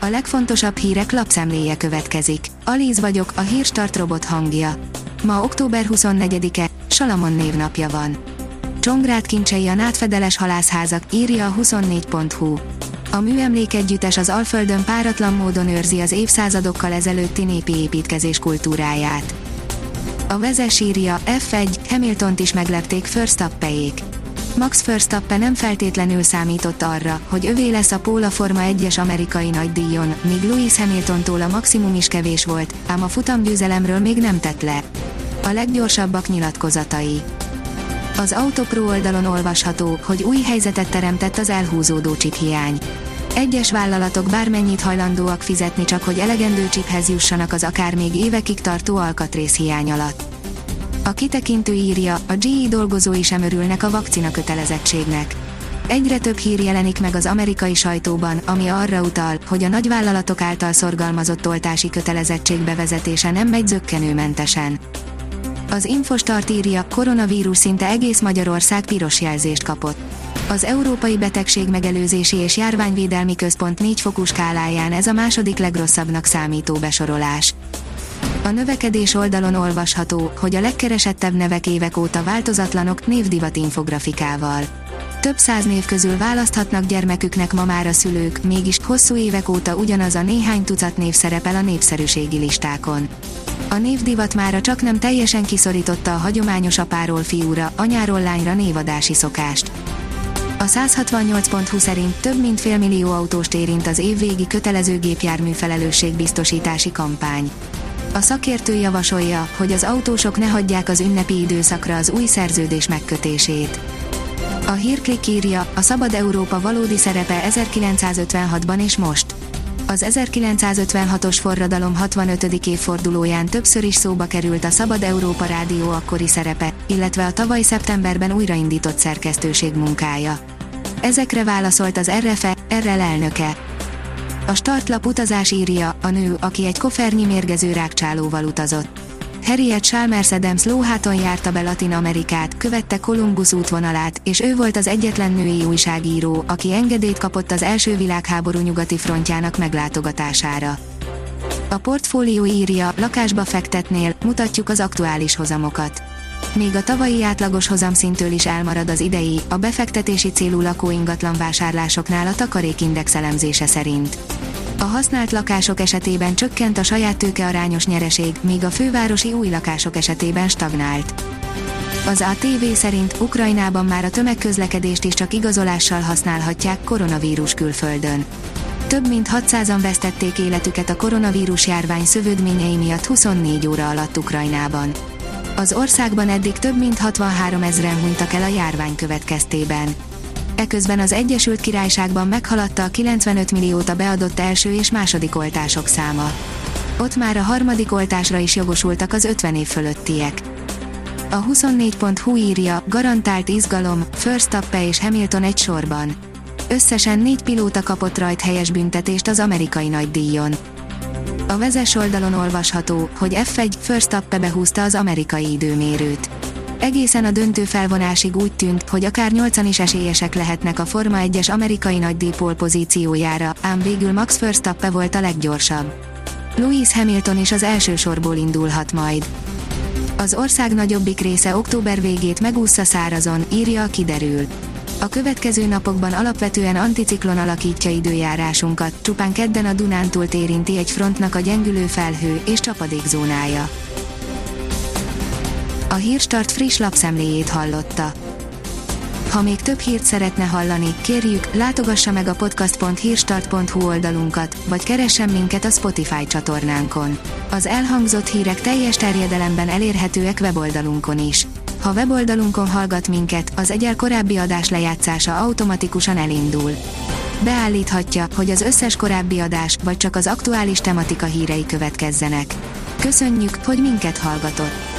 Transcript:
A legfontosabb hírek lapszemléje következik. Alíz vagyok, a Hírstart robot hangja. Ma október 24-e, Salamon névnapja van. Csongrád kincsei a nádfedeles halászházak, írja a 24.hu. A műemlékegyüttes az Alföldön páratlan módon őrzi az évszázadokkal ezelőtti népi építkezés kultúráját. A Vezes írja, F1, Hamiltont is meglepték Verstappenék. Max Verstappen nem feltétlenül számított arra, hogy övé lesz a pole a Forma 1-es amerikai nagydíjon, míg Lewis Hamiltontól a maximum is kevés volt, ám a futamgyőzelemről még nem tett le. A leggyorsabbak nyilatkozatai. Az Autopro oldalon olvasható, hogy új helyzetet teremtett az elhúzódó csiphiány. Egyes vállalatok bármennyit hajlandóak fizetni csak, hogy elegendő csiphez jussanak az akár még évekig tartó alkatrészhiány alatt. A kitekintő írja, a GE dolgozói sem örülnek a vakcina kötelezettségnek. Egyre több hír jelenik meg az amerikai sajtóban, ami arra utal, hogy a nagyvállalatok által szorgalmazott oltási kötelezettség bevezetése nem megy zökkenőmentesen. Az Infostart írja, koronavírus szinte egész Magyarország piros jelzést kapott. Az Európai Betegségmegelőzési és Járványvédelmi Központ 4 fokú skáláján ez a második legrosszabbnak számító besorolás. A növekedés oldalon olvasható, hogy a legkeresettebb nevek évek óta változatlanok, névdivat infografikával. Több száz név közül választhatnak gyermeküknek ma már a szülők, mégis hosszú évek óta ugyanaz a néhány tucat név szerepel a népszerűségi listákon. A névdivat mára csak nem teljesen kiszorította a hagyományos apáról fiúra, anyáról lányra névadási szokást. A 168.hu szerint több mint félmillió autóst érint az évvégi kötelező gépjármű felelősségbiztosítási kampány. A szakértő javasolja, hogy az autósok ne hagyják az ünnepi időszakra az új szerződés megkötését. A Hírklik írja, a Szabad Európa valódi szerepe 1956-ban és most. Az 1956-os forradalom 65. évfordulóján többször is szóba került a Szabad Európa rádió akkori szerepe, illetve a tavaly szeptemberben újraindított szerkesztőség munkája. Ezekre válaszolt az RFE, RL elnöke. A startlap utazás írja, a nő, aki egy kofernyi mérgező rágcsálóval utazott. Harriet Chalmers Adams lóháton járta be Latin Amerikát, követte Kolumbusz útvonalát, és ő volt az egyetlen női újságíró, aki engedélyt kapott az első világháború nyugati frontjának meglátogatására. A Portfólió írja, lakásba fektetnél, mutatjuk az aktuális hozamokat. Még a tavalyi átlagos hozamszintől is elmarad az idei, a befektetési célú lakóingatlan vásárlásoknál a Takarékindex elemzése szerint. A használt lakások esetében csökkent a saját tőke arányos nyereség, míg a fővárosi új lakások esetében stagnált. Az ATV szerint Ukrajnában már a tömegközlekedést is csak igazolással használhatják koronavírus külföldön. Több mint 600-an vesztették életüket a koronavírus járvány szövődményei miatt 24 óra alatt Ukrajnában. Az országban eddig több mint 63 000-en hunytak el a járvány következtében. Eközben az Egyesült Királyságban meghaladta a 95 milliót a beadott első és második oltások száma. Ott már a harmadik oltásra is jogosultak az 50 év fölöttiek. A 24.hu írja, garantált izgalom, Verstappen és Hamilton egy sorban. Összesen 4 pilóta kapott rajthelyes büntetést az amerikai nagydíjon. A Vezes oldalon olvasható, hogy F1, Verstappen behúzta az amerikai időmérőt. Egészen a döntő felvonásig úgy tűnt, hogy akár 8-an is esélyesek lehetnek a Forma 1-es amerikai nagydíj pole pozíciójára, ám végül Max Verstappen volt a leggyorsabb. Lewis Hamilton is az első sorból indulhat majd. Az ország nagyobbik része október végét megúszza szárazon, írja a Kiderül. A következő napokban alapvetően anticiklon alakítja időjárásunkat, csupán kedden a Dunántúlt érinti egy frontnak a gyengülő felhő és csapadékzónája. A Hírstart friss lapszemléjét hallotta. Ha még több hírt szeretne hallani, kérjük, látogassa meg a podcast.hírstart.hu oldalunkat, vagy keressen minket a Spotify csatornánkon. Az elhangzott hírek teljes terjedelemben elérhetőek weboldalunkon is. Ha weboldalunkon hallgat minket, az egyel korábbi adás lejátszása automatikusan elindul. Beállíthatja, hogy az összes korábbi adás, vagy csak az aktuális tematika hírei következzenek. Köszönjük, hogy minket hallgatott!